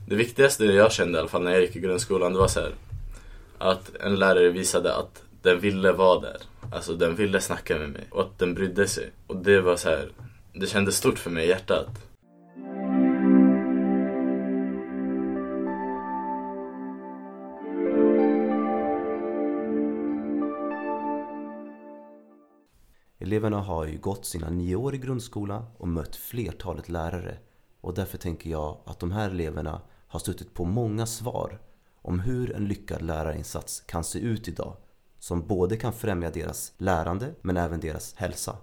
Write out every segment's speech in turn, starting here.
Det viktigaste jag kände i alla fall när jag gick i grundskolan, det var så här, att en lärare visade att den ville vara där. Alltså den ville snacka med mig och att den brydde sig. Och det var så här, det kändes stort för mig i hjärtat. Eleverna har ju gått sina 9 år i grundskola och mött flertalet lärare. Och därför tänker jag att de här eleverna har stött på många svar om hur en lyckad lärarinsats kan se ut idag. Som både kan främja deras lärande men även deras hälsa.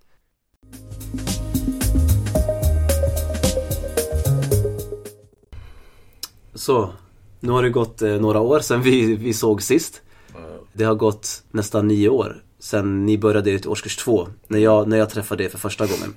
Så, nu har det gått några år sedan vi såg sist. Det har gått nästan 9 år sedan ni började i årskurs 2 när jag träffade er för första gången.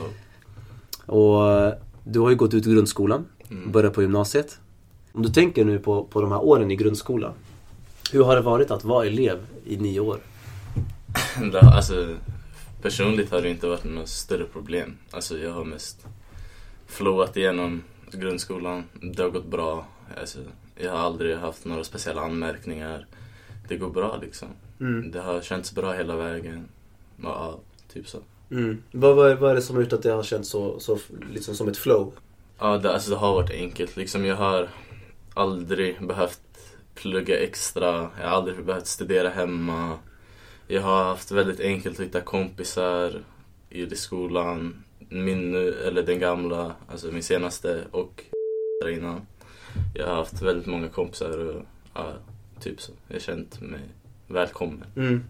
Och du har ju gått ut i grundskolan, börjat på gymnasiet. Om du tänker nu på de här åren i grundskolan, hur har det varit att vara elev i 9 år? Alltså, personligt har det inte varit något större problem. Alltså, jag har mest flowat igenom grundskolan. Det har gått bra. Alltså, jag har aldrig haft några speciella anmärkningar. Det går bra liksom. Det har känts bra hela vägen. Ja, typ så. Vad är det som har gjort att det har känts så liksom som ett flow? Ja, det har varit enkelt. Liksom, jag har aldrig behövt plugga extra. Jag har aldrig behövt studera hemma. Jag har haft väldigt enkelt att hitta kompisar i skolan. Den gamla, alltså min senaste och innan. Jag har haft väldigt många kompisar och ja, typ så. Jag har känt mig välkommen.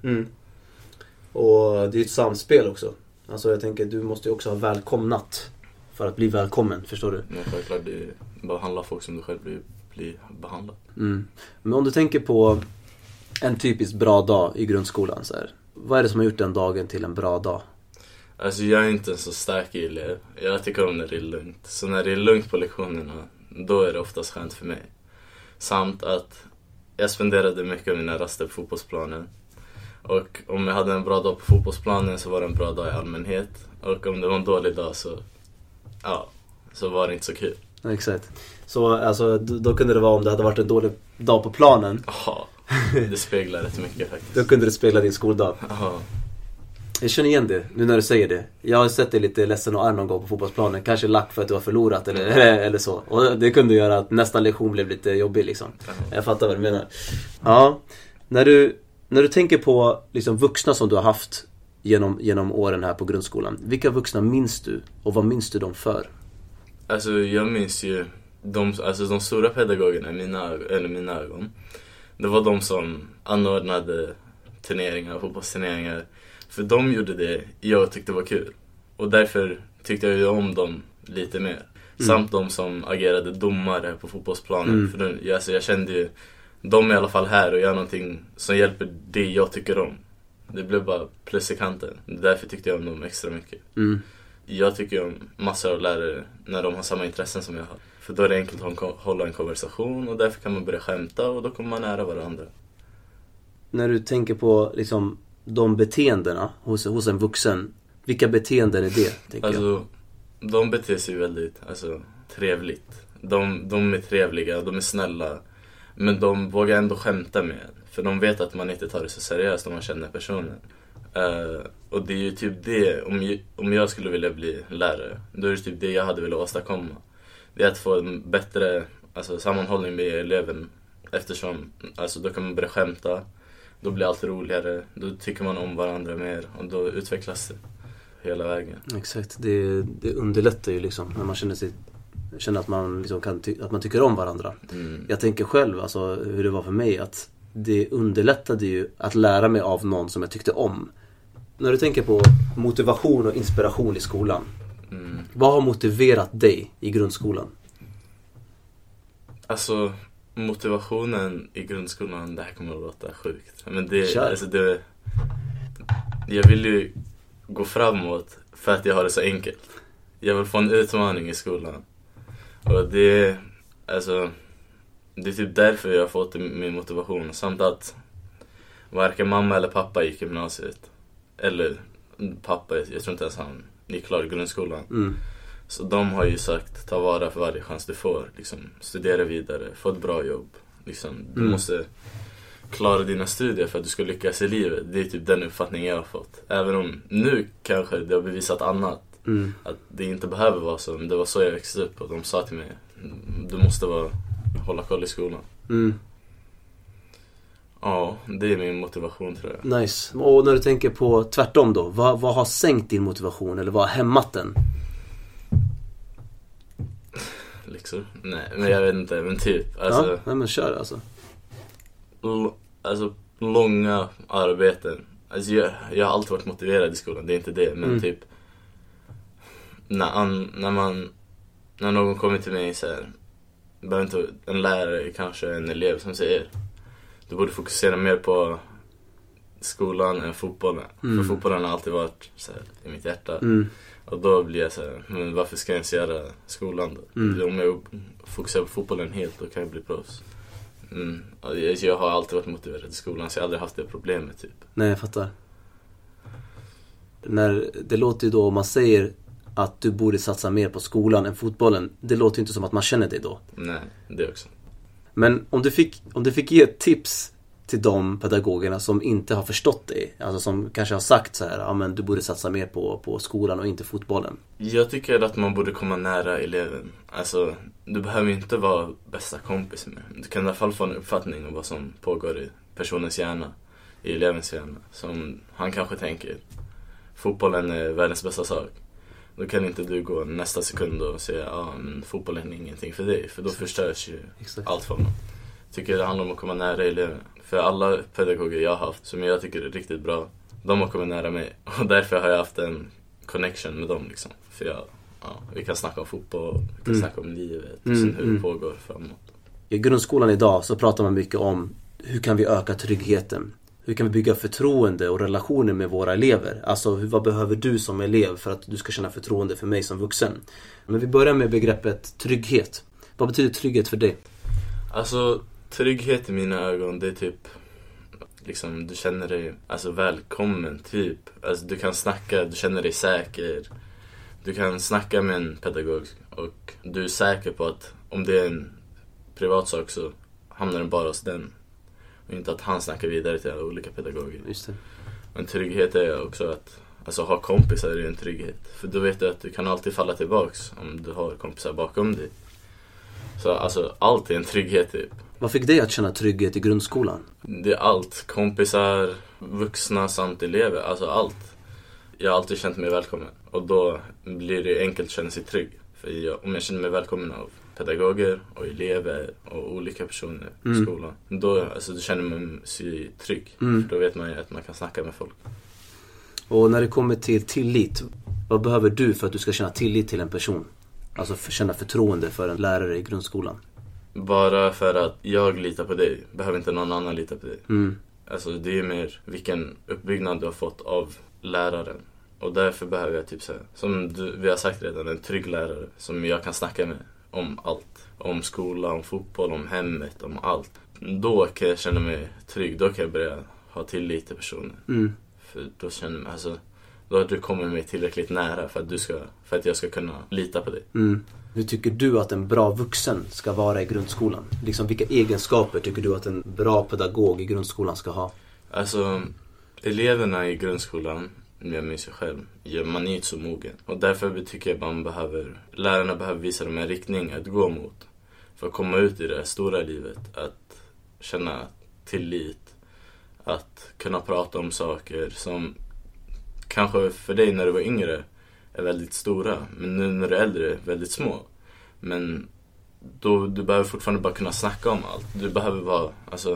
Och det är ju ett samspel också. Alltså jag tänker, du måste ju också ha välkomnat för att bli välkommen, förstår du? Men självklart, det behandlar folk som du själv blir behandlad. Men om du tänker på en typiskt bra dag i grundskolan så här, vad är det som har gjort den dagen till en bra dag? Alltså jag är inte en så stark elev. Jag tycker om när det är lugnt. Så när det är lugnt på lektionerna, då är det oftast skönt för mig. Samt att jag spenderade mycket av mina raster på fotbollsplanen. Och om jag hade en bra dag på fotbollsplanen så var det en bra dag i allmänhet. Och om det var en dålig dag så var det inte så kul. Exakt. Så alltså, då kunde det vara om det hade varit en dålig dag på planen. Ja, det speglar rätt mycket faktiskt. Då kunde det spegla din skoldag. Ja. Jag känner igen det nu när du säger det. Jag har sett dig lite ledsen och arg någon gång på fotbollsplanen. Kanske lack för att du har förlorat eller så. Och det kunde göra att nästa lektion blev lite jobbig liksom. Jag fattar vad du menar. Ja, när du tänker på liksom vuxna som du har haft genom åren här på grundskolan. Vilka vuxna minns du och vad minns du dem för? Alltså jag minns ju de stora pedagogerna i mina ögon. Det var de som anordnade fotbollsturneringar. För de gjorde det jag tyckte var kul. Och därför tyckte jag ju om dem lite mer. Samt de som agerade domare på fotbollsplanen. För jag kände ju, de är i alla fall här och gör någonting som hjälper det jag tycker om. Det blev bara plus i kanten. Därför tyckte jag om dem extra mycket. Jag tycker om massor av lärare när de har samma intressen som jag har. För då är det enkelt att hålla en konversation och därför kan man börja skämta och då kommer man nära varandra. När du tänker på liksom de beteendena hos en vuxen, vilka beteenden är det? Alltså, de beter sig väldigt trevligt. De är trevliga, de är snälla. Men de vågar ändå skämta med en. För de vet att man inte tar det så seriöst om man känner personen. Och det är ju typ det, om jag skulle vilja bli lärare, då är det typ det jag hade velat åstadkomma. Det är att få en bättre sammanhållning med eleven. Eftersom då kan man börja skämta. Då blir allt roligare. Då tycker man om varandra mer. Och då utvecklas det hela vägen. Exakt, det underlättar ju liksom när man känner att man liksom att man tycker om varandra. Jag tänker själv hur det var för mig, att det underlättade ju att lära mig av någon som jag tyckte om. När du tänker på motivation och inspiration i skolan, vad har motiverat dig i grundskolan? Alltså, motivationen i grundskolan, det här kommer att låta sjukt. Men jag vill ju gå framåt för att jag har det så enkelt. Jag vill få en utmaning i skolan. Och det är typ därför jag har fått min motivation. Samt att varken mamma eller pappa gick i gymnasiet. Eller pappa, jag tror inte ens han gick klar i grundskolan. Så de har ju sagt, ta vara för varje chans du får. Liksom, studera vidare, få ett bra jobb. Liksom, du måste klara dina studier för att du ska lyckas i livet. Det är typ den uppfattningen jag har fått. Även om nu kanske det har bevisat annat. Att det inte behöver vara så. Men det var så jag växte upp och de sa till mig, du måste hålla koll i skolan. Ja, det är min motivation tror jag. Nice. Och när du tänker på tvärtom då, vad har sänkt din motivation eller vad har hämmat den? Liksom. Nej, men jag vet inte, men typ alltså, nej men kör alltså. Alltså långa arbeten. Alltså jag har alltid varit motiverad i skolan, det är inte det, men typ när någon kommer till mig så här, behöver inte en lärare, kanske en elev som säger du borde fokusera mer på skolan än fotbollen. För fotbollen har alltid varit så här, i mitt hjärta. Och då blir jag så här, men varför ska jag ens göra skolan då? Om jag fokuserar på fotbollen helt, då kan jag bli proffs. Jag har alltid varit motiverad i skolan, så jag har aldrig haft det problemet typ. Nej, jag fattar. Det låter ju då, om man säger att du borde satsa mer på skolan än fotbollen, det låter ju inte som att man känner dig då. Nej, det också. Men om du fick ge ett tips till de pedagogerna som inte har förstått dig, alltså som kanske har sagt så här, ja men du borde satsa mer på skolan och inte fotbollen. Jag tycker att man borde komma nära eleven. Alltså, du behöver inte vara bästa kompis med. Du kan i alla fall få en uppfattning om vad som pågår i personens hjärna, i elevens hjärna. Som han kanske tänker, fotbollen är världens bästa sak. Då kan inte du gå nästa sekund och säga men fotbollen är ingenting för dig. För då förstörs ju allt för honom. Jag tycker det handlar om att komma nära eleven. För alla pedagoger jag har haft, som jag tycker är riktigt bra, de har kommit nära mig. Och därför har jag haft en connection med dem liksom. För vi kan snacka om fotboll, vi kan snacka om livet och sen hur det pågår framåt. I grundskolan idag så pratar man mycket om hur kan vi öka tryggheten? Hur kan vi bygga förtroende och relationer med våra elever? Alltså vad behöver du som elev för att du ska känna förtroende för mig som vuxen? Men vi börjar med begreppet trygghet. Vad betyder trygghet för dig? Alltså trygghet i mina ögon, det är typ liksom, du känner dig välkommen typ. Alltså du kan snacka, du känner dig säker. Du kan snacka med en pedagog och du är säker på att om det är en privat sak så hamnar den bara hos den. Och inte att han snackar vidare till alla olika pedagoger. Just det. Men trygghet är också att ha kompisar är en trygghet. För då vet du att du kan alltid falla tillbaks om du har kompisar bakom dig. Så allt är en trygghet typ. Vad fick dig att känna trygghet i grundskolan? Det är allt. Kompisar, vuxna samt elever. Alltså allt. Jag har alltid känt mig välkommen. Och då blir det enkelt att känna sig trygg. För om jag känner mig välkommen av pedagoger och elever och olika personer i skolan, då känner man sig trygg. För då vet man ju att man kan snacka med folk. Och när det kommer till tillit, vad behöver du för att du ska känna tillit till en person? Alltså känna förtroende för en lärare i grundskolan. Bara för att jag litar på dig behöver inte någon annan lita på dig. Alltså det är mer vilken uppbyggnad du har fått av läraren. Och därför behöver jag typ så här, som vi har sagt redan, en trygg lärare som jag kan snacka med om allt. Om skola, om fotboll, om hemmet, om allt. Då kan jag känna mig trygg. Då kan jag börja ha tillit till personen. För då känner jag, då har du kommit mig tillräckligt nära för att jag ska kunna lita på dig. Hur tycker du att en bra vuxen ska vara i grundskolan? Liksom, vilka egenskaper tycker du att en bra pedagog i grundskolan ska ha? Alltså, eleverna i grundskolan, jag minns ju själv, man är inte så mogen. Och därför tycker jag att lärarna behöver visa dem en riktning att gå mot. För att komma ut i det stora livet. Att känna tillit. Att kunna prata om saker som kanske för dig när du var yngre är väldigt stora. Men nu när du är äldre är väldigt små. Men då du behöver fortfarande bara kunna snacka om allt. Du behöver vara,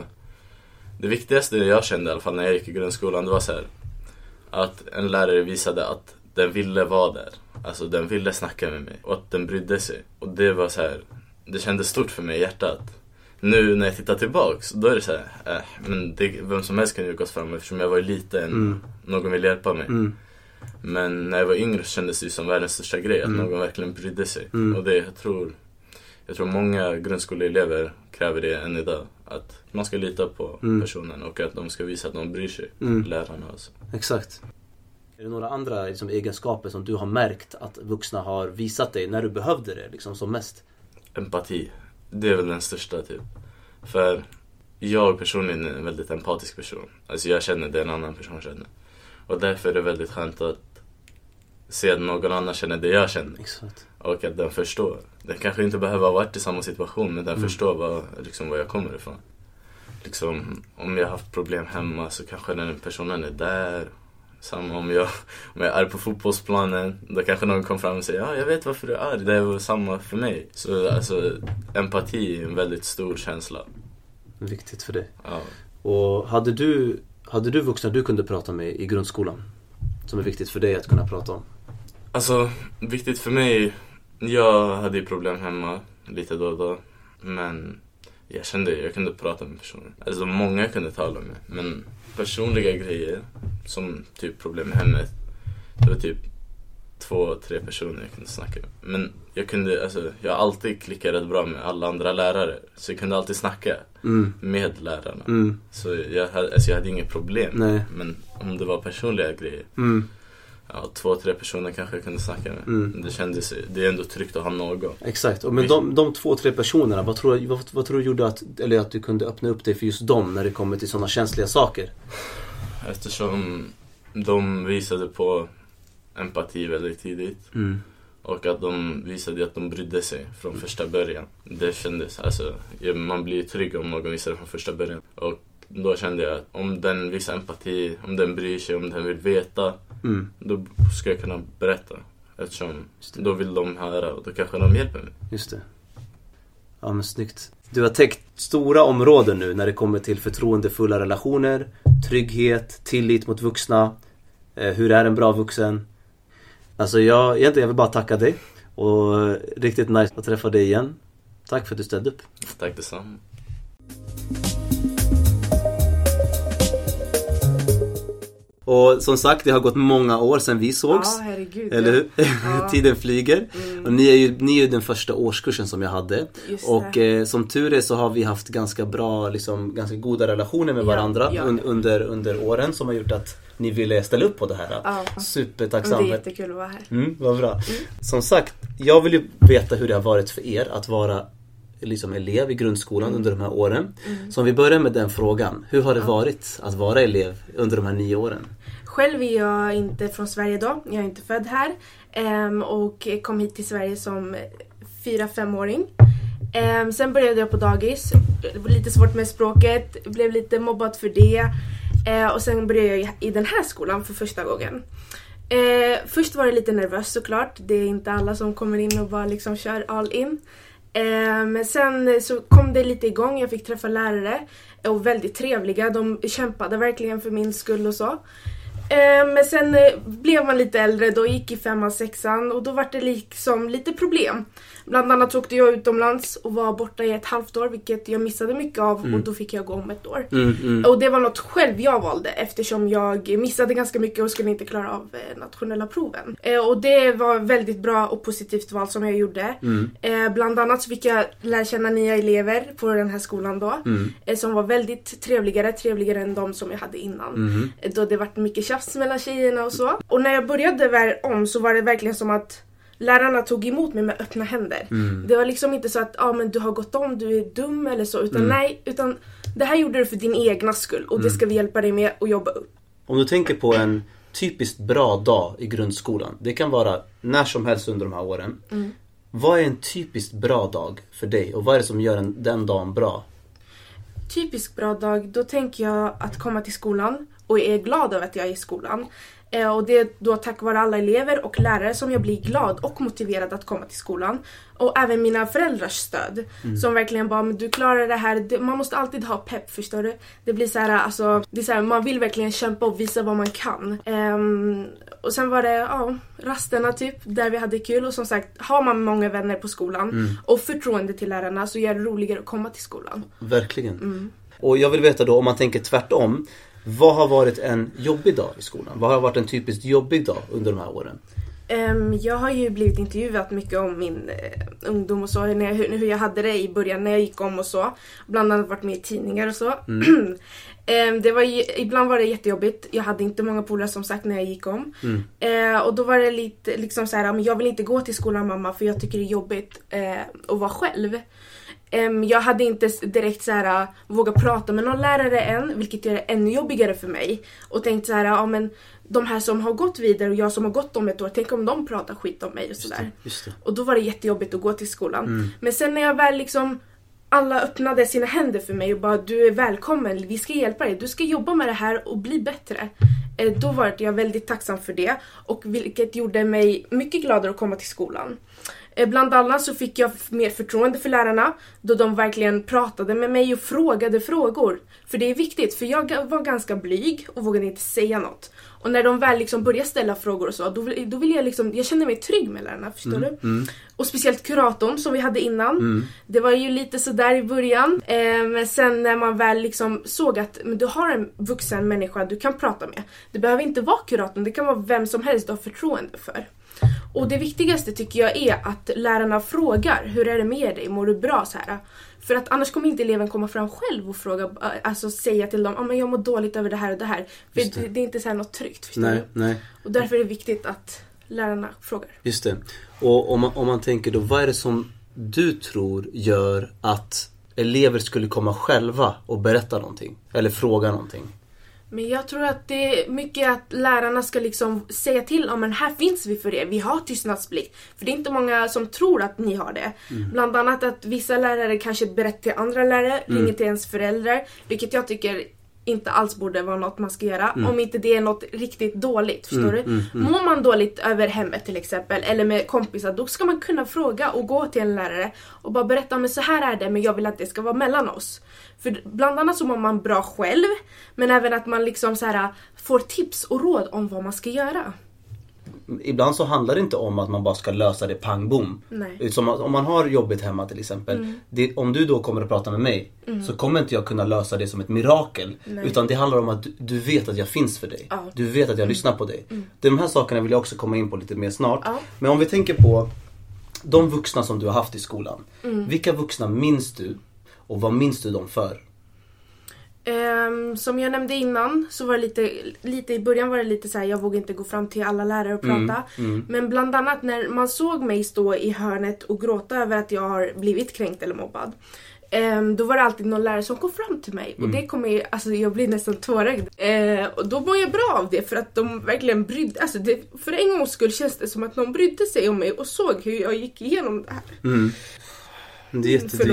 det viktigaste jag kände i alla fall när jag gick i grundskolan, det var så här, att en lärare visade att den ville vara där. Alltså den ville snacka med mig och att den brydde sig. Och det var så här, det kändes stort för mig i hjärtat. Nu när jag tittar tillbaks, då är det så här, men vem som helst kan ju gått fram eftersom jag var liten. Någon ville hjälpa mig. Men när jag var yngre kändes det som världens största grej att någon verkligen brydde sig. Och det jag tror många grundskoleelever kräver det än idag. Att man ska lita på personen och att de ska visa att de bryr sig. Lärarna alltså. Exakt. Är det några andra liksom, egenskaper som du har märkt att vuxna har visat dig när du behövde det liksom, som mest? Empati. Det är väl den största typ. För jag personligen är en väldigt empatisk person. Alltså jag känner det en annan person känner. Och därför är det väldigt skönt att se att någon annan känner det jag känner. Exakt. Och att den förstår. Den kanske inte behöver ha varit i samma situation, men den förstår var jag kommer ifrån. Liksom, om jag har haft problem hemma så kanske den personen är där. Samma om jag är på fotbollsplanen, då kanske någon kommer fram och säger jag vet varför du är arg, det är samma för mig. Så alltså, empati är en väldigt stor känsla. Viktigt för dig. Ja. Och hade du vuxna du kunde prata med i grundskolan som är viktigt för dig att kunna prata om? Alltså, viktigt för mig, jag hade ju problem hemma lite då och då, men jag kunde prata med personer. Alltså många kunde tala med, men personliga grejer som typ problem med hemmet, det var typ 2-3 personer jag kunde snacka med. Men jag har alltid klickat rätt bra med alla andra lärare, så jag kunde alltid snacka med lärarna. Så jag hade inget problem. Nej. Men om det var personliga grejer, 2-3 personer kanske jag kunde snacka med. Det är ändå tryggt att ha någon. Exakt, men de 2-3 personerna, vad tror du gjorde att du kunde öppna upp dig för just dem när det kommer till sådana känsliga saker? Eftersom de visade på empati väldigt tidigt. Och att de visade att de brydde sig från första början. Det kändes, man blir trygg om någon visar det från första början. Och då kände jag att om den visar empati, om den bryr sig, om den vill veta, då ska jag kunna berätta. Eftersom då vill de höra och då kanske de hjälper mig. Just det. Ja, men snyggt. Du har täckt stora områden nu när det kommer till förtroendefulla relationer, trygghet, tillit mot vuxna, hur är en bra vuxen. Alltså jag vill bara tacka dig och riktigt nice att träffa dig igen. Tack för att du ställde upp. Tack detsamma. Och som sagt, det har gått många år sedan vi sågs. Ja, herregud. Eller hur? Ja. Tiden flyger. Och ni är ju den första årskursen som jag hade. Och som tur är så har vi haft ganska bra, liksom, ganska goda relationer med varandra under åren som har gjort att ni ville ställa upp på det här. Ja. Supertacksam. Det är jättekul att vara här. Vad bra. Som sagt, jag vill ju veta hur det har varit för er att vara liksom elev i grundskolan under de här åren. Så om vi börjar med den frågan. Hur har det varit att vara elev under de här 9 åren? Själv är jag inte från Sverige då. Jag är inte född här. Och kom hit till Sverige som 4-5-åring. Sen började jag på dagis. Det var lite svårt med språket. Blev lite mobbad för det. Och sen började jag i den här skolan för första gången. Först var det lite nervös såklart. Det är inte alla som kommer in och bara liksom kör all in. Men sen så kom det lite igång. Jag fick träffa lärare. Och väldigt trevliga. De kämpade verkligen för min skull och så. Men sen blev man lite äldre. Då gick i 5-6 och då var det liksom lite problem. Bland annat åkte jag utomlands och var borta i 1,5 år. Vilket jag missade mycket av. Och då fick jag gå om 1 år. Och det var något själv jag valde. Eftersom jag missade ganska mycket och skulle inte klara av nationella proven. Och det var väldigt bra och positivt val som jag gjorde. Bland annat så fick jag lära känna nya elever på den här skolan då. Som var väldigt trevligare än de som jag hade innan. Då det var mycket tjafs mellan tjejerna och så. Och när jag började om så var det verkligen som att lärarna tog emot mig med öppna händer. Det var liksom inte så att men du har gått om, du är dum eller så. Utan nej, utan det här gjorde du för din egna skull. Och det ska vi hjälpa dig med att jobba upp. Om du tänker på en typiskt bra dag i grundskolan. Det kan vara när som helst under de här åren. Vad är en typiskt bra dag för dig? Och vad är det som gör den dagen bra? Typisk bra dag, då tänker jag att komma till skolan. Och är glad över att jag är i skolan. Och det är då tack vare alla elever och lärare som jag blir glad och motiverad att komma till skolan. Och även mina föräldrars stöd. Som verkligen bara, men du klarar det här. Man måste alltid ha pepp, förstår du? Det blir så här, alltså, det är så här, man vill verkligen kämpa och visa vad man kan. Och sen var det rasterna typ, där vi hade kul. Och som sagt, har man många vänner på skolan och förtroende till lärarna så är det roligare att komma till skolan. Verkligen. Och jag vill veta då, om man tänker tvärtom. Vad har varit en jobbig dag i skolan? Vad har varit en typiskt jobbig dag under de här åren? Jag har ju blivit intervjuat mycket om min ungdom och så, hur jag hade det i början när jag gick om och så. Bland annat varit med i tidningar och så. Ibland var det jättejobbigt. Jag hade inte många polare som sagt när jag gick om. Och då var det lite liksom så här, men jag vill inte gå till skolan mamma för jag tycker det är jobbigt att vara själv. Jag hade inte direkt så här våga prata med någon lärare än, vilket gör det ännu jobbigare för mig. Och tänkte så här, ja men de här som har gått vidare och jag som har gått om ett år, tänk om de pratar skit om mig och sådär. Och då var det jättejobbigt att gå till skolan. Men sen när jag väl liksom, alla öppnade sina händer för mig och bara, du är välkommen, vi ska hjälpa dig, du ska jobba med det här och bli bättre. Då var jag väldigt tacksam för det, och vilket gjorde mig mycket gladare att komma till skolan. Bland annat så fick jag mer förtroende för lärarna, då de verkligen pratade med mig och frågade frågor. För det är viktigt, för jag var ganska blyg och vågade inte säga något. Och när de väl liksom började ställa frågor och så, då vill jag liksom, jag kände mig trygg med lärarna, förstår du? Och speciellt kuratorn som vi hade innan. Det var ju lite så där i början. Men sen när man väl liksom såg att men du har en vuxen människa du kan prata med. Det behöver inte vara kuratorn, det kan vara vem som helst du har förtroende för. Och det viktigaste tycker jag är att lärarna frågar, hur är det med dig? Mår du bra så här? För att annars kommer inte eleven komma fram själv och fråga, alltså säga till dem, men jag mår dåligt över det här och det här. För det är inte så här något tryggt, förstår du? Nej. Och därför är det viktigt att lärarna frågar. Just det. Och om man tänker då, vad är det som du tror gör att elever skulle komma själva och berätta någonting? Eller fråga någonting? Men jag tror att det är mycket att lärarna ska liksom säga till, men här finns vi för er, vi har tystnadsplikt. För det är inte många som tror att ni har det. Bland annat att vissa lärare kanske berättar till andra lärare, ringer till ens föräldrar. Vilket jag tycker inte alls borde vara något man ska göra. Om inte det är något riktigt dåligt, förstår du? Mår man dåligt över hemmet till exempel, eller med kompisar, då ska man kunna fråga och gå till en lärare och bara berätta, men så här är det, men jag vill att det ska vara mellan oss. För bland annat så mår man bra själv, men även att man liksom så här får tips och råd om vad man ska göra. Ibland så handlar det inte om att man bara ska lösa det pang bom. Som om man har jobbigt hemma till exempel. Om du då kommer att prata med mig, så kommer inte jag kunna lösa det som ett mirakel. Utan det handlar om att du vet att jag finns för dig. Du vet att jag lyssnar på dig. De här sakerna vill jag också komma in på lite mer snart. Men om vi tänker på de vuxna som du har haft i skolan. Vilka vuxna minns du? Och vad minns du dem för? Som jag nämnde innan så var det lite i början var det lite så här, jag vågade inte gå fram till alla lärare och prata. Men bland annat när man såg mig stå i hörnet och gråta över att jag har blivit kränkt eller mobbad. Då var det alltid någon lärare som kom fram till mig. Och det kommer alltså jag blir nästan tårögd. Och då mår jag bra av det, för att de verkligen brydde. Alltså för en gångs skull känns det som att någon brydde sig om mig och såg hur jag gick igenom det här. Du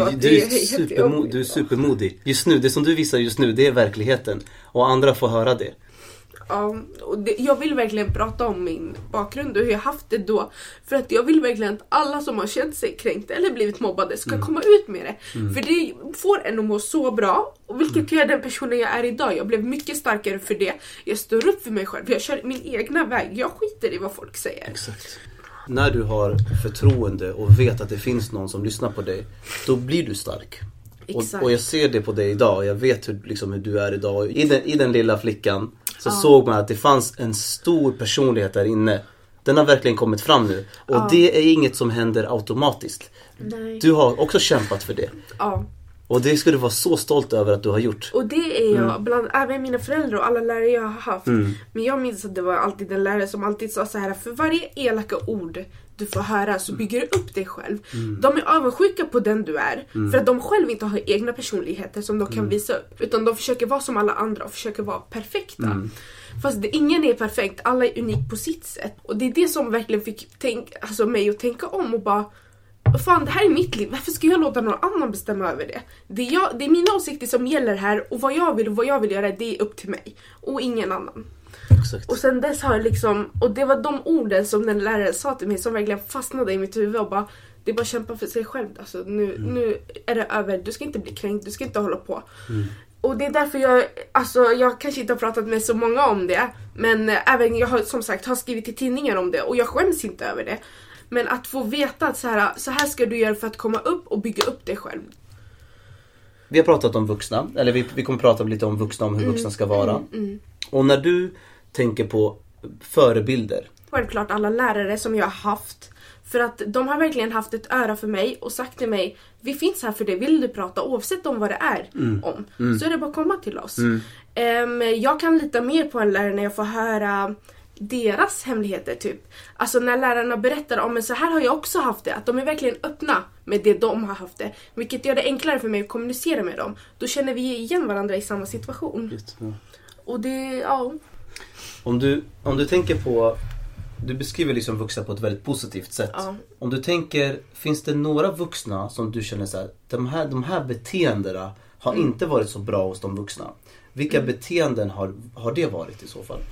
är supermodig. Just nu, det som du visar just nu, det är verkligheten. Och andra får höra det. Ja, och jag vill verkligen prata om min bakgrund och hur jag haft det då. För att jag vill verkligen att alla som har känt sig kränkta eller blivit mobbade ska komma ut med det. För det får en att må så bra. Och vilket jag är den personen jag är idag. Jag blev mycket starkare för det. Jag står upp för mig själv. Jag kör min egna väg. Jag skiter i vad folk säger. Exakt. När du har förtroende och vet att det finns någon som lyssnar på dig, då blir du stark. Och jag ser det på dig idag. Jag vet hur du är idag. I den lilla flickan så såg man att det fanns en stor personlighet där inne. Den har verkligen kommit fram nu. Och det är inget som händer automatiskt. Nej. Du har också kämpat för det. Ja. Och det skulle du vara så stolt över att du har gjort. Och det är jag, bland även mina föräldrar och alla lärare jag har haft. Men jag minns att det var alltid en lärare som alltid sa så här: för varje elaka ord du får höra så bygger du upp dig själv. De är avundsjuka på den du är. För att de själv inte har egna personligheter som de kan visa upp. Utan de försöker vara som alla andra och försöker vara perfekta. Fast ingen är perfekt, alla är unik på sitt sätt. Och det är det som verkligen fick mig att tänka om och bara, fan, det här är mitt liv. Varför ska jag låta någon annan bestämma över det? Det är mina åsikter som gäller här. Och vad jag vill göra, det är upp till mig. Och ingen annan. Exakt. Och sen dess har jag liksom, och det var de orden som den läraren sa till mig som verkligen fastnade i mitt huvud och bara, det är bara att kämpa för sig själv. Alltså, nu är det över. Du ska inte bli kränkt, du ska inte hålla på. Och det är därför jag kanske inte har pratat med så många om det. Men även jag har som sagt har skrivit i tidningar om det. Och jag skäms inte över det. Men att få veta att så här ska du göra för att komma upp och bygga upp dig själv. Vi har pratat om vuxna. Eller vi kommer prata lite om vuxna, om hur vuxna ska vara. Och när du tänker på förebilder, Självklart alla lärare som jag har haft. För att de har verkligen haft ett öra för mig och sagt till mig, vi finns här för det, vill du prata oavsett om vad det är om. Så är det bara att komma till oss. Jag kan lita mer på en lärare när jag får höra deras hemligheter typ. Alltså när lärarna berättar om men så här har jag också haft det. Att de är verkligen öppna med det de har haft det. Vilket gör det enklare för mig att kommunicera med dem. Då känner vi igen varandra i samma situation. Just, ja. Och det, ja. Om du tänker på, du beskriver liksom vuxna på ett väldigt positivt sätt. Ja. Om du tänker, finns det några vuxna som du känner så här, de här beteendena har inte varit så bra hos de vuxna. Vilka beteenden har det varit i så fall?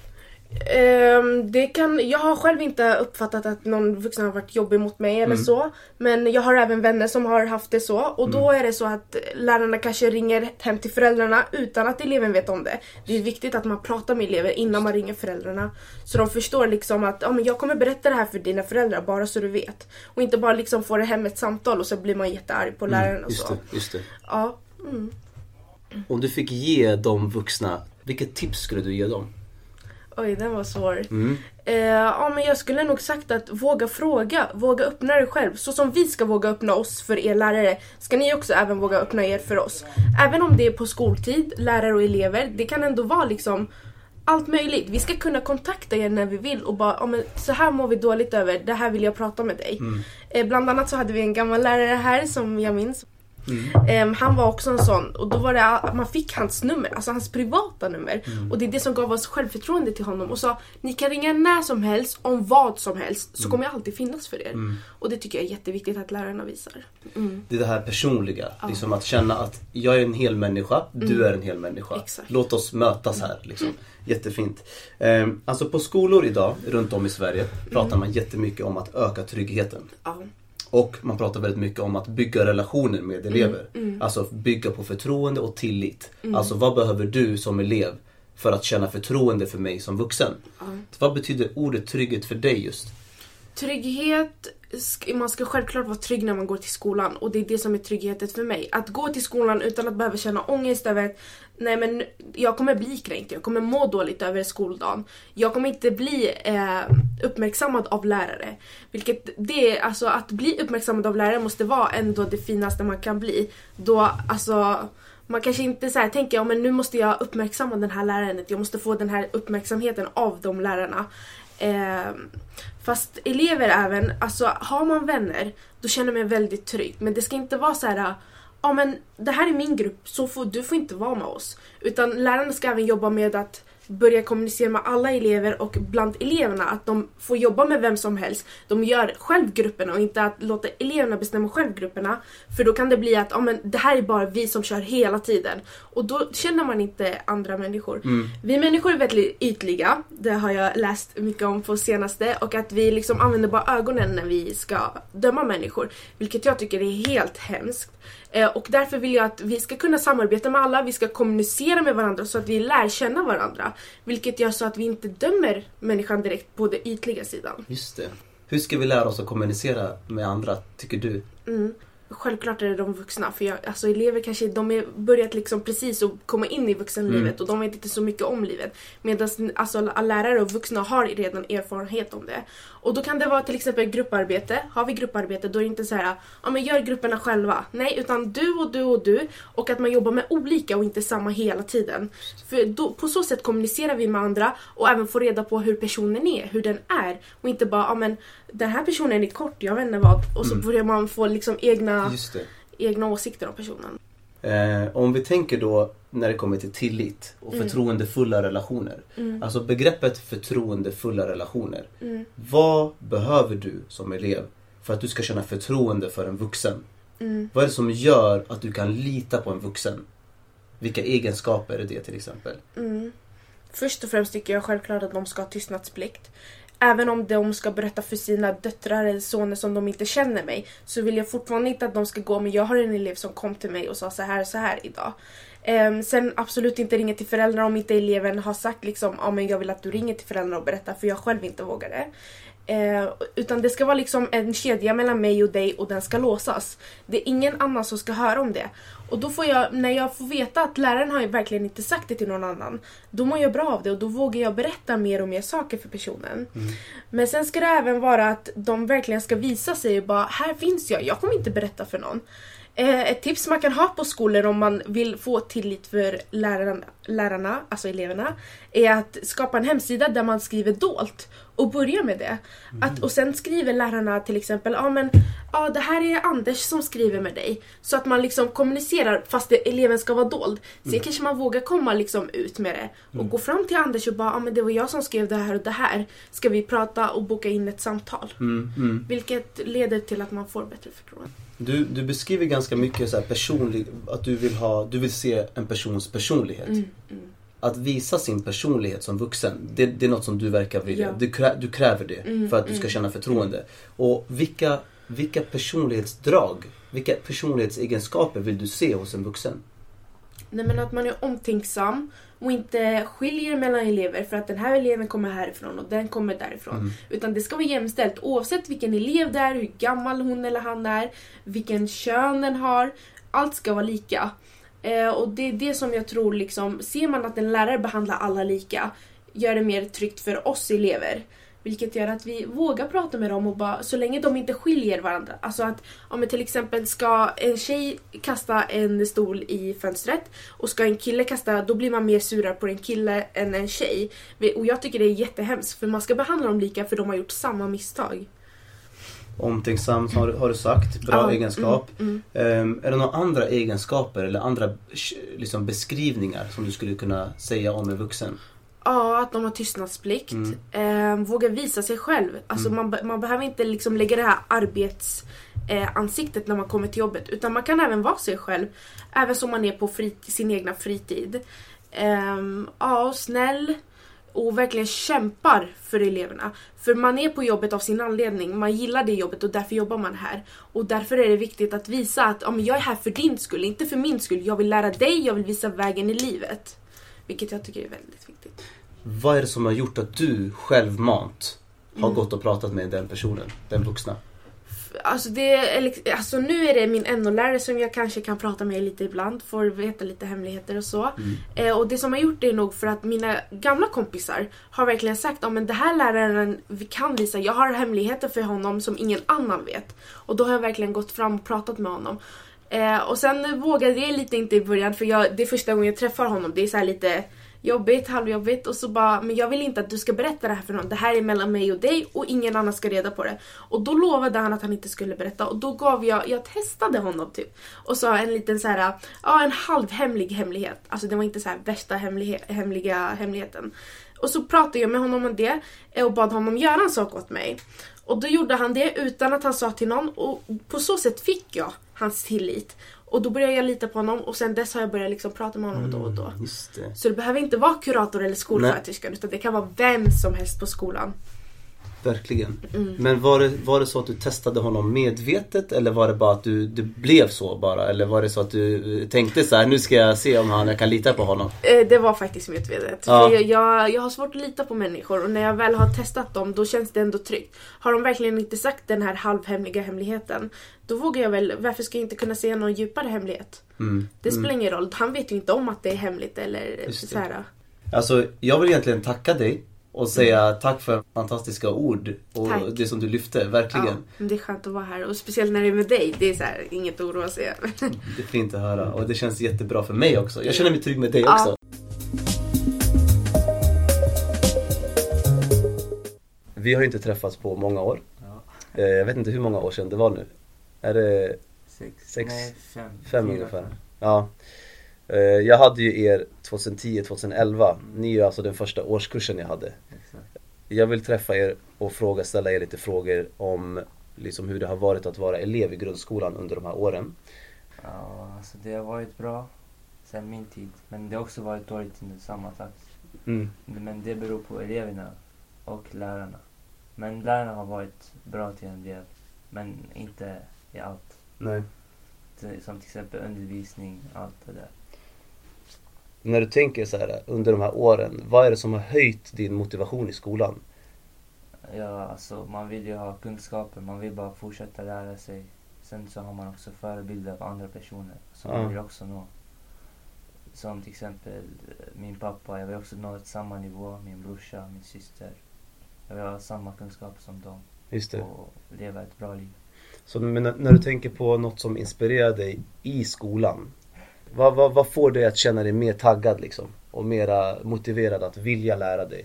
Jag har själv inte uppfattat att någon vuxen har varit jobbig mot mig eller så. Men jag har även vänner som har haft det så. Och då är det så att lärarna kanske ringer hem till föräldrarna utan att eleven vet om det. Det är viktigt att man pratar med elever innan man ringer föräldrarna. Så de förstår liksom att men jag kommer berätta det här för dina föräldrar bara så du vet. Och inte bara liksom få det hem ett samtal och så blir man jättearg på läraren och så. Just det. Ja. Om du fick ge de vuxna, vilket tips skulle du ge dem? Oj, den var svår. Men jag skulle nog sagt att våga fråga, våga öppna dig själv. Så som vi ska våga öppna oss för er lärare, ska ni också även våga öppna er för oss. Även om det är på skoltid, lärare och elever, det kan ändå vara liksom allt möjligt. Vi ska kunna kontakta er när vi vill och bara, men så här mår vi dåligt över, det här vill jag prata med dig. Bland annat så hade vi en gammal lärare här som jag minns. Han var också en sån. Och då var det att man fick hans nummer, alltså hans privata nummer. Och det är det som gav oss självförtroende till honom. Och sa, ni kan ringa när som helst, om vad som helst, så kommer jag alltid finnas för er. Och det tycker jag är jätteviktigt att lärarna visar. Det är det här personliga, liksom att känna att jag är en hel människa, du är en hel människa. Exakt. Låt oss mötas här liksom. Jättefint. Alltså på skolor idag runt om i Sverige pratar man jättemycket om att öka tryggheten. Och man pratar väldigt mycket om att bygga relationer med elever. Alltså bygga på förtroende och tillit. Alltså vad behöver du som elev för att känna förtroende för mig som vuxen? Vad betyder ordet trygghet för dig just? Trygghet, man ska självklart vara trygg när man går till skolan. Och det är det som är tryggheten för mig. Att gå till skolan utan att behöva känna ångest över att nej men jag kommer bli kränkt, jag kommer må dåligt över skoldagen. Jag kommer inte bli uppmärksammad av lärare. Vilket det är, alltså att bli uppmärksammad av lärare måste vara ändå det finaste man kan bli. Då, alltså man kanske inte så här tänker, men nu måste jag uppmärksamma den här läraren. Jag måste få den här uppmärksamheten av de lärarna. Fast elever även, alltså har man vänner, då känner man väldigt trygg. Men det ska inte vara så här, men det här är min grupp, så du får inte vara med oss. Utan lärarna ska även jobba med att börja kommunicera med alla elever och bland eleverna, att de får jobba med vem som helst. De gör själv grupperna och inte att låta eleverna bestämma själv grupperna. För då kan det bli att det här är bara vi som kör hela tiden. Och då känner man inte andra människor. Vi människor är väldigt ytliga. Det har jag läst mycket om på senaste. Och att vi liksom använder bara ögonen när vi ska döma människor. Vilket jag tycker är helt hemskt. Och därför vill jag att vi ska kunna samarbeta med alla. Vi ska kommunicera med varandra så att vi lär känna varandra. Vilket gör så att vi inte dömer människan direkt på den ytliga sidan. Just det. Hur ska vi lära oss att kommunicera med andra, tycker du? Självklart är det de vuxna. För alltså elever kanske, de är börjat liksom precis att komma in i vuxenlivet. Och de vet inte så mycket om livet. Medan alltså, lärare och vuxna har redan erfarenhet om det. Och då kan det vara till exempel grupparbete. Har vi grupparbete, då är det inte så här, men gör grupperna själva. Nej, utan du och du och du. Och att man jobbar med olika och inte samma hela tiden. För då, på så sätt kommunicerar vi med andra. Och även får reda på hur personen är, hur den är. Och inte bara, men den här personen är kort, jag vet inte vad. Och så börjar man få liksom egna åsikter om personen. Om vi tänker då när det kommer till tillit och förtroendefulla relationer. Alltså begreppet förtroendefulla relationer. Vad behöver du som elev för att du ska känna förtroende för en vuxen? Vad är det som gör att du kan lita på en vuxen? Vilka egenskaper är det till exempel? Först och främst tycker jag självklart att de ska ha tystnadsplikt. Även om de ska berätta för sina döttrar eller soner som de inte känner mig, så vill jag fortfarande inte att de ska gå, men jag har en elev som kom till mig och sa så här idag. Sen absolut inte ringa till föräldrar om inte eleven har sagt liksom, men jag vill att du ringer till föräldrar och berättar, för jag själv inte vågar det. Utan det ska vara liksom en kedja mellan mig och dig och den ska låsas. Det är ingen annan som ska höra om det. Och då får jag, när jag får veta att läraren har ju verkligen inte sagt det till någon annan, då mår jag bra av det och då vågar jag berätta mer och mer saker för personen. Men sen ska det även vara att de verkligen ska visa sig och bara, här finns jag kommer inte berätta för någon. Ett tips man kan ha på skolor om man vill få tillit för lärarna, alltså eleverna, är att skapa en hemsida där man skriver dolt och börja med det. Och sen skriver lärarna till exempel, det här är Anders som skriver med dig. Så att man liksom kommunicerar fast eleven ska vara dold. Sen kanske man vågar komma liksom ut med det och gå fram till Anders och bara, det var jag som skrev det här och det här. Ska vi prata och boka in ett samtal? Vilket leder till att man får bättre förtroende. Du beskriver ganska mycket så här personlig, att du vill se en persons personlighet. Att visa sin personlighet som vuxen, det är något som du verkar vilja. Ja. Du kräver det för att du ska känna förtroende. Och vilka personlighetsdrag, vilka personlighetsegenskaper vill du se hos en vuxen? Nej, men att man är omtänksam och inte skiljer mellan elever för att den här eleven kommer härifrån och den kommer därifrån. Utan det ska vara jämställt oavsett vilken elev det är, hur gammal hon eller han är, vilken kön den har. Allt ska vara lika. Och det är det som jag tror, liksom, ser man att en lärare behandlar alla lika, gör det mer tryggt för oss elever. Vilket gör att vi vågar prata med dem och bara, så länge de inte skiljer varandra. Alltså att om till exempel ska en tjej kasta en stol i fönstret och ska en kille kasta, då blir man mer surare på en kille än en tjej. Och jag tycker det är jättehemskt, för man ska behandla dem lika för de har gjort samma misstag. Omtänksam har du sagt, bra egenskap. Är det några andra egenskaper eller andra liksom beskrivningar som du skulle kunna säga om en vuxen? Ja, att de har tystnadsplikt. Våga visa sig själv. Alltså man behöver inte liksom lägga det här arbetsansiktet när man kommer till jobbet. Utan man kan även vara sig själv. Även som man är på sin egna fritid. Snäll. Och verkligen kämpar för eleverna. För man är på jobbet av sin anledning. Man gillar det jobbet och därför jobbar man här. Och därför är det viktigt att visa att jag är här för din skull, inte för min skull. Jag vill lära dig, jag vill visa vägen i livet. Vilket jag tycker är väldigt viktigt. Vad är det som har gjort att du självmant har gått och pratat med den personen, den vuxna? Alltså nu är det min NO-lärare som jag kanske kan prata med lite ibland. Får veta lite hemligheter och så. Och det som har gjort det är nog för att mina gamla kompisar har verkligen sagt men det här läraren vi kan visa. Jag har hemligheter för honom som ingen annan vet. Och då har jag verkligen gått fram och pratat med honom. Och sen vågade jag lite inte i början, för det är första gången jag träffar honom. Det är så här lite jobbigt, halvjobbigt, och så bara, men jag vill inte att du ska berätta det här för någon. Det här är mellan mig och dig och ingen annan ska reda på det. Och då lovade han att han inte skulle berätta, och då gav jag testade honom typ. Och sa en liten så här, en halvhemlig hemlighet. Alltså det var inte så här värsta hemliga hemligheten. Och så pratade jag med honom om det och bad honom göra en sak åt mig. Och då gjorde han det utan att han sa till någon, och på så sätt fick jag hans tillit. Och då började jag lita på honom, och sen dess har jag börjat liksom prata med honom då och då. Just det. Så det behöver inte vara kurator eller skolsköterska, utan det kan vara vem som helst på skolan. Verkligen. Men var det så att du testade honom medvetet, eller var det bara att du blev så bara? Eller var det så att du tänkte så här, nu ska jag se om jag kan lita på honom? Det var faktiskt medvetet. Ja. För jag har svårt att lita på människor, och när jag väl har testat dem, då känns det ändå tryggt. Har de verkligen inte sagt den här halvhemliga hemligheten, då vågar jag väl, varför ska jag inte kunna säga någon djupare hemlighet? Det spelar ingen roll, han vet ju inte om att det är hemligt eller så här. Alltså, jag vill egentligen tacka dig och säga tack för fantastiska ord och tack. Det som du lyfte, verkligen. Ja, det är skönt att vara här, och speciellt när det är med dig. Det är så här, inget att oroa sig över. Det är fint att höra, och det känns jättebra för mig också. Jag känner mig trygg med dig också. Vi har ju inte träffats på många år. Jag vet inte hur många år sedan det var nu. Är det 5 ungefär? Ja. Jag hade ju er 2010-2011. Ni är alltså den första årskursen jag hade. Exakt. Jag vill träffa er och ställa er lite frågor om liksom hur det har varit att vara elev i grundskolan under de här åren. Ja, alltså det har varit bra sedan min tid. Men det har också varit dåligt under samma takt. Men det beror på eleverna och lärarna. Men lärarna har varit bra till en del, men inte i allt. Nej. Som till exempel undervisning, allt det där. När du tänker så här under de här åren, vad är det som har höjt din motivation i skolan? Ja, alltså man vill ju ha kunskaper, man vill bara fortsätta lära sig. Sen så har man också förebilder av andra personer som man vill också nå. Som till exempel min pappa, jag vill också nå samma nivå, min brorsa, min syster. Jag vill ha samma kunskap som dem. Just det. Och leva ett bra liv. Så men när du tänker på något som inspirerar dig i skolan, vad får dig att känna dig mer taggad liksom? Och mera motiverad att vilja lära dig?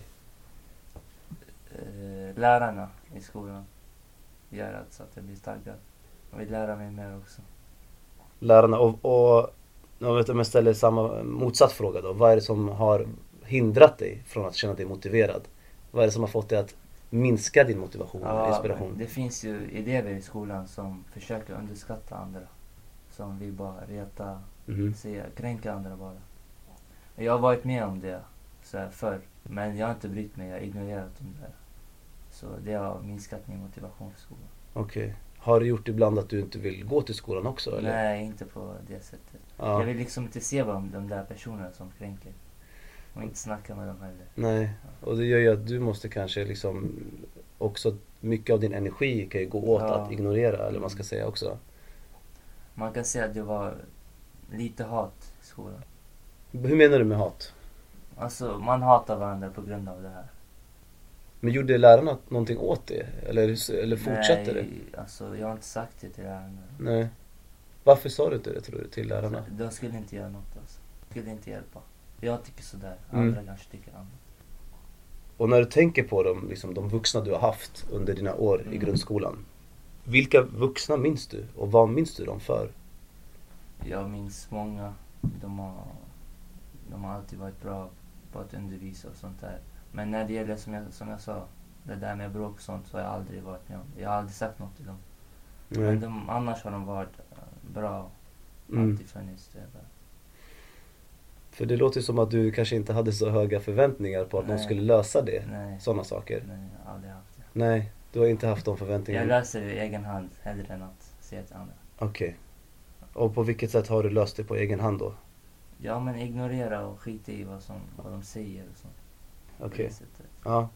Lärarna i skolan gör att så att jag blir taggad. Jag vill lära mig mer också. Lärarna och jag vet om jag ställer samma motsatt fråga då. Vad är det som har hindrat dig från att känna dig motiverad? Vad är det som har fått dig att minska din motivation och inspiration? Det finns ju elever i skolan som försöker underskatta andra. Som vill bara reta, kränka andra bara. Jag har varit med om det så här förr. Men jag har inte brytt mig, jag har ignorerat dem där. Så det har minskat min motivation för skolan. Okej. Har det gjort ibland att du inte vill gå till skolan också? Eller? Nej, inte på det sättet. Ja. Jag vill liksom inte se vad de där personerna som kränker. Och inte snacka med dem heller. Nej, och det gör ju att du måste kanske liksom också, mycket av din energi kan ju gå åt att ignorera, eller vad man ska säga också. Man kan säga att det var lite hat i skolan. Hur menar du med hat? Alltså, man hatar varandra på grund av det här. Men gjorde lärarna någonting åt det? Eller fortsätter det? Nej, alltså jag har inte sagt det till lärarna. Nej. Varför sa du inte det, tror du, till lärarna? Så, de skulle inte göra något alltså. De skulle inte hjälpa. Jag tycker sådär, andra kanske tycker annat. Och när du tänker på de vuxna du har haft under dina år i grundskolan, vilka vuxna minns du? Och vad minns du dem för? Jag minns många. De har alltid varit bra på att undervisa och sånt där. Men när det gäller, som jag sa, det där med bråk och sånt, så har jag aldrig varit med om. Jag har aldrig sagt något till dem. Men annars har de varit bra. Alltid funnits det där. För det låter som att du kanske inte hade så höga förväntningar på att de skulle lösa det. Sådana saker. Nej, jag har aldrig haft det. Nej, du har inte haft de förväntningarna. Jag löser det i egen hand hellre än att säga till andra. Okej. Och på vilket sätt har du löst det på egen hand då? Ja, men ignorera och skita i vad de säger och sånt. Okej. Ja.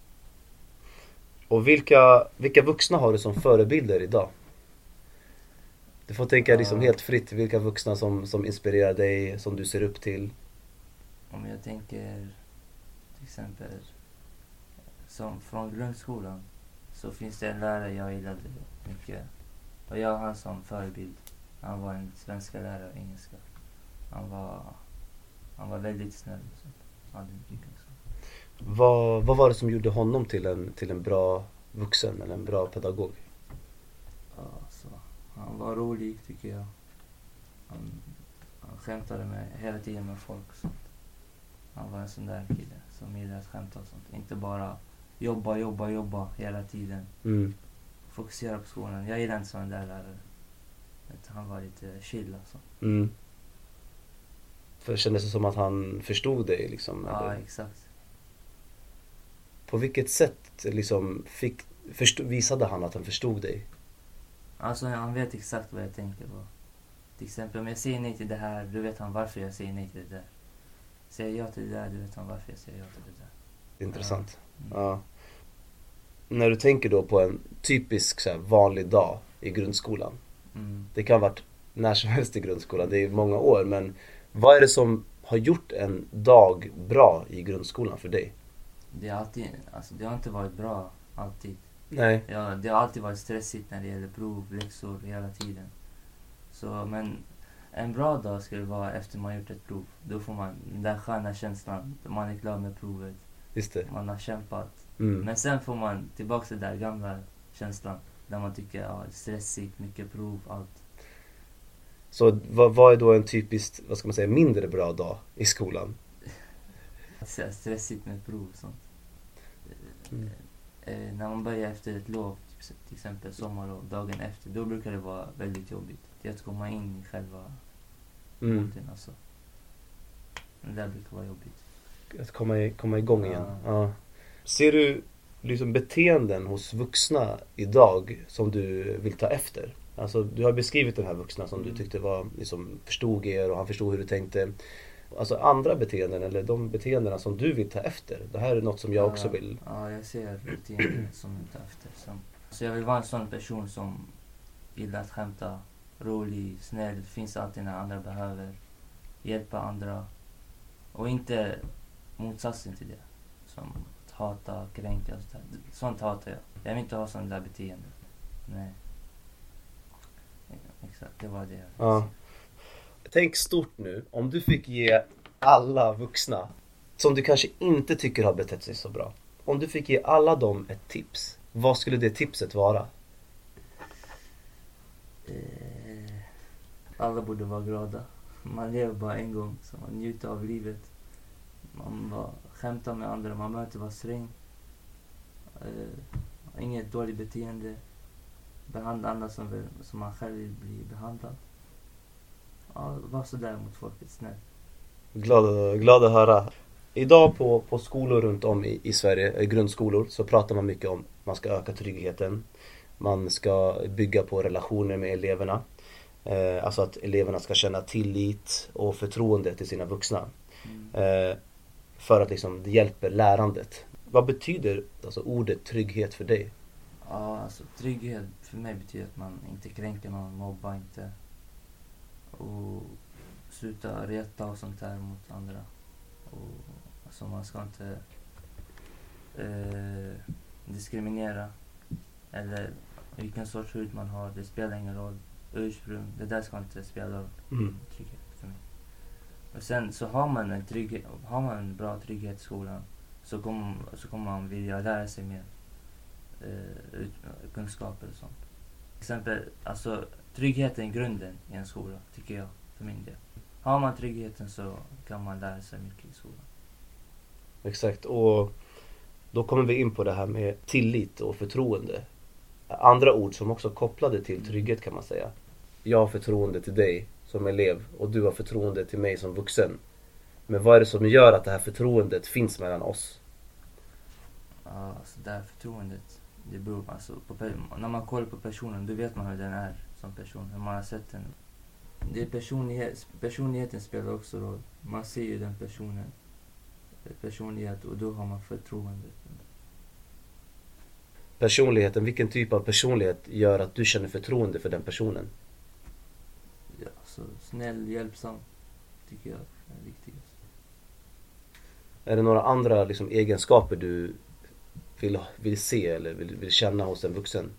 Och vilka vuxna har du som förebilder idag? Du får tänka liksom helt fritt vilka vuxna som inspirerar dig, som du ser upp till. Om jag tänker till exempel som från grundskolan, så finns det en lärare jag gillade mycket. Och jag har han som förebild. Han var en svenska lärare och engelska. Han var väldigt snäll och sånt. Han hade mycket kunskap. Vad var det som gjorde honom till en bra vuxen eller en bra pedagog? Så han var rolig, tycker jag. Han skämtade hela tiden med folk och sånt. Han var en sån där kille som gillade att skämta och sånt. Inte bara jobba hela tiden. Fokusera på skolan. Jag gillade inte sån där lärare. Han var lite chill alltså. För det kändes som att han förstod dig liksom? Ja, eller? exakt. På vilket sätt liksom visade han att han förstod dig? Alltså han vet exakt vad jag tänker på. Till exempel om jag säger nej till det här, då vet han varför jag säger nej till det där. Säger jag till det där, då vet han varför jag säger ja till det där. Intressant. Ja. När du tänker då på en typisk så här, vanlig dag i grundskolan. Det kan ha varit när som helst i grundskolan, det är många år. Men vad är det som har gjort en dag bra i grundskolan för dig? Det har inte varit bra alltid. Nej. Ja, det har alltid varit stressigt när det gäller prov, läxor hela tiden. Så, men en bra dag skulle vara efter man gjort ett prov. Då får man den där sköna känslan, man är klar med provet. Just det. Man har kämpat. Men sen får man tillbaka till den där gamla känslan. Där man tycker, det är stressigt, mycket prov, allt. Så vad är då en typiskt, vad ska man säga, mindre bra dag i skolan? Stressigt med prov och sånt. När man börjar efter ett lov, till exempel sommarlov, dagen efter, då brukar det vara väldigt jobbigt. Det är att komma in i själva måten alltså. Det där brukar vara jobbigt. Att komma igång igen. Ja. Ser du liksom beteenden hos vuxna idag som du vill ta efter? Alltså du har beskrivit den här vuxna som du tyckte var liksom, förstod er och han förstod hur du tänkte. Alltså andra beteenden eller de beteendena som du vill ta efter. Det här är något som jag också vill. Ja, jag ser beteenden som jag tar efter. Så jag vill vara en sån person som gillar att skämta, rolig, snäll, finns alltid när andra behöver, hjälpa andra. Och inte motsatsen till det. Som att hata, kränka och sådär. Sånt hatar jag. Jag vill inte ha sån där beteende. Nej. Exakt, det var det. Ja. Tänk stort nu. Om du fick ge alla vuxna som du kanske inte tycker har betett sig så bra. Om du fick ge alla dem ett tips. Vad skulle det tipset vara? Alla borde vara glada. Man lever bara en gång, så man njuter av livet. Man bara skämtar med andra, man behöver inte vara sträng. Inget dåligt beteende. Behandla andra som man själv vill bli behandlad. Ja, var så där mot folket, snällt. Glad att höra. Idag på skolor runt om i Sverige, grundskolor, så pratar man mycket om man ska öka tryggheten. Man ska bygga på relationer med eleverna. Alltså att eleverna ska känna tillit och förtroende till sina vuxna. För att liksom det hjälper lärandet. Vad betyder alltså ordet trygghet för dig? Ja, alltså trygghet för mig betyder att man inte kränker någon, mobbar inte. Och sluta reta och sånt där mot andra. Och alltså man ska inte diskriminera. Eller vilken sorts hud man har, det spelar ingen roll. Ursprung, det där ska inte spela roll. Trygghet för mig. Och sen så har man en bra trygghet i skolan, så kommer man vilja lära sig mer kunskaper och sånt. Till exempel, alltså tryggheten är grunden i en skola, tycker jag, för min del. Har man tryggheten så kan man lära sig mycket i skolan. Exakt, och då kommer vi in på det här med tillit och förtroende. Andra ord som också kopplade till trygghet kan man säga. Jag har förtroende till dig som elev och du har förtroende till mig som vuxen. Men vad är det som gör att det här förtroendet finns mellan oss? Ja, alltså det här förtroendet, det beror alltså på när man kollar på personen, då vet man hur den är som person, hur man har sett den. Det är personligheten spelar också roll. Man ser ju den personlighet och då har man förtroende. Personligheten, vilken typ av personlighet gör att du känner förtroende för den personen? Ja, så snäll, hjälpsam tycker jag är viktigast. Är det några andra liksom egenskaper du vill se eller vill känna hos en vuxen?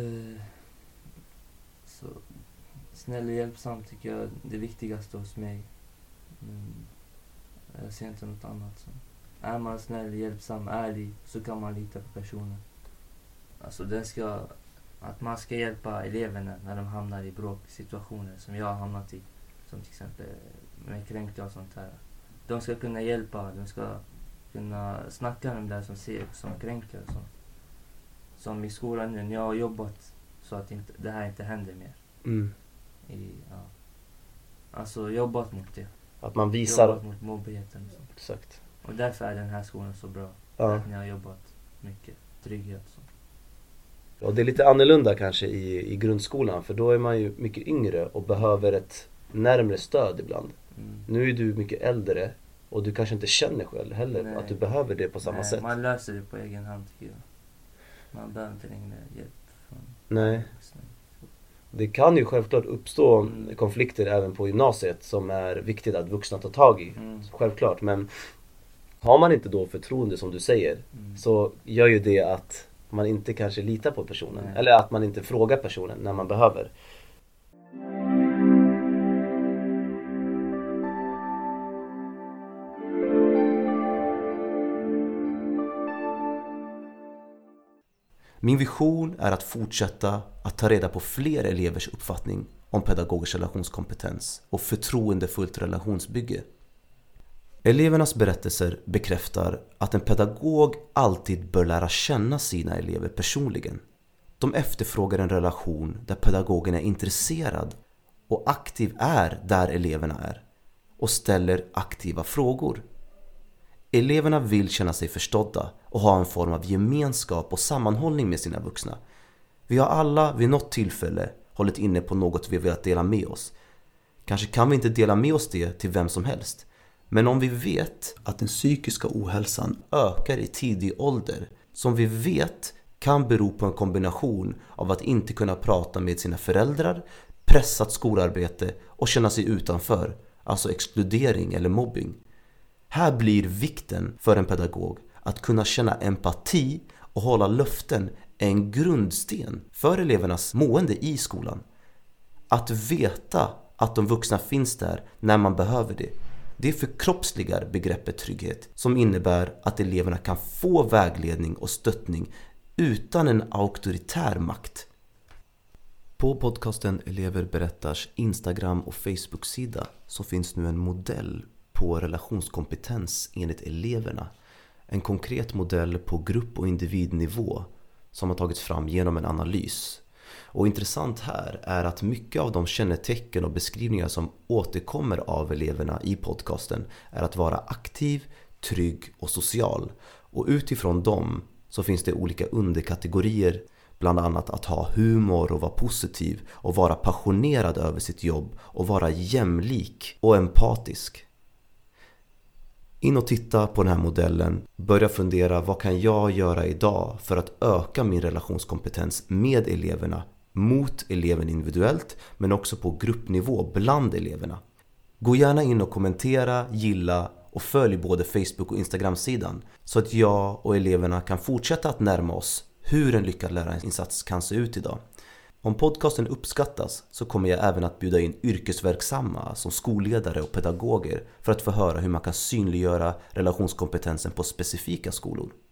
Så snäll och hjälpsam tycker jag är det viktigaste hos mig. Jag ser inte något annat. Så. Är man snäll, hjälpsam, ärlig, så kan man lita på personen. Alltså att man ska hjälpa eleverna när de hamnar i bråksituationer som jag har hamnat i. Som till exempel med kränkta och sånt här. De ska kunna hjälpa, de ska kunna snacka med dem där som kränker och sånt. Som i skolan nu, jag har jobbat så att det här inte händer mer. Alltså jobbat mot det. Att man visar... Jobbat mot mobbigheten och sånt. Exakt. Och därför är den här skolan så bra. Ja. Att ni har jobbat mycket. Trygghet och sånt. Och det är lite annorlunda kanske i grundskolan, för då är man ju mycket yngre och behöver ett närmare stöd ibland. Nu är du mycket äldre och du kanske inte känner själv heller att du behöver det på samma sätt. Man löser det på egen hand tycker jag. Man behöver inte längre hjälp från vuxna. Det kan ju självklart uppstå konflikter även på gymnasiet som är viktigt att vuxna tar tag i. Självklart, men har man inte då förtroende som du säger så gör ju det att man inte kanske litar på personen. Eller att man inte frågar personen när man behöver. Min vision är att fortsätta att ta reda på fler elevers uppfattning om pedagogisk relationskompetens och förtroendefullt relationsbygge. Elevernas berättelser bekräftar att en pedagog alltid bör lära känna sina elever personligen. De efterfrågar en relation där pedagogen är intresserad och aktiv är där eleverna är och ställer aktiva frågor. Eleverna vill känna sig förstådda och ha en form av gemenskap och sammanhållning med sina vuxna. Vi har alla vid något tillfälle hållit inne på något vi velat dela med oss. Kanske kan vi inte dela med oss det till vem som helst. Men om vi vet att den psykiska ohälsan ökar i tidig ålder, som vi vet kan bero på en kombination av att inte kunna prata med sina föräldrar, pressat skolarbete och känna sig utanför, alltså exkludering eller mobbing. Här blir vikten för en pedagog att kunna känna empati och hålla löften en grundsten för elevernas mående i skolan. Att veta att de vuxna finns där när man behöver det. Det förkroppsligar begreppet trygghet, som innebär att eleverna kan få vägledning och stöttning utan en auktoritär makt. På podcasten Elever berättars Instagram- och Facebook-sida så finns nu en modell på relationskompetens enligt eleverna. En konkret modell på grupp- och individnivå som har tagits fram genom en analys. Och intressant här är att mycket av de kännetecken och beskrivningar som återkommer av eleverna i podcasten är att vara aktiv, trygg och social. Och utifrån dem så finns det olika underkategorier, bland annat att ha humor och vara positiv och vara passionerad över sitt jobb och vara jämlik och empatisk. In och titta på den här modellen, börja fundera vad kan jag göra idag för att öka min relationskompetens med eleverna, mot eleven individuellt men också på gruppnivå bland eleverna. Gå gärna in och kommentera, gilla och följ både Facebook och Instagram-sidan så att jag och eleverna kan fortsätta att närma oss hur en lyckad lärarinsats kan se ut idag. Om podcasten uppskattas så kommer jag även att bjuda in yrkesverksamma som skolledare och pedagoger för att få höra hur man kan synliggöra relationskompetensen på specifika skolor.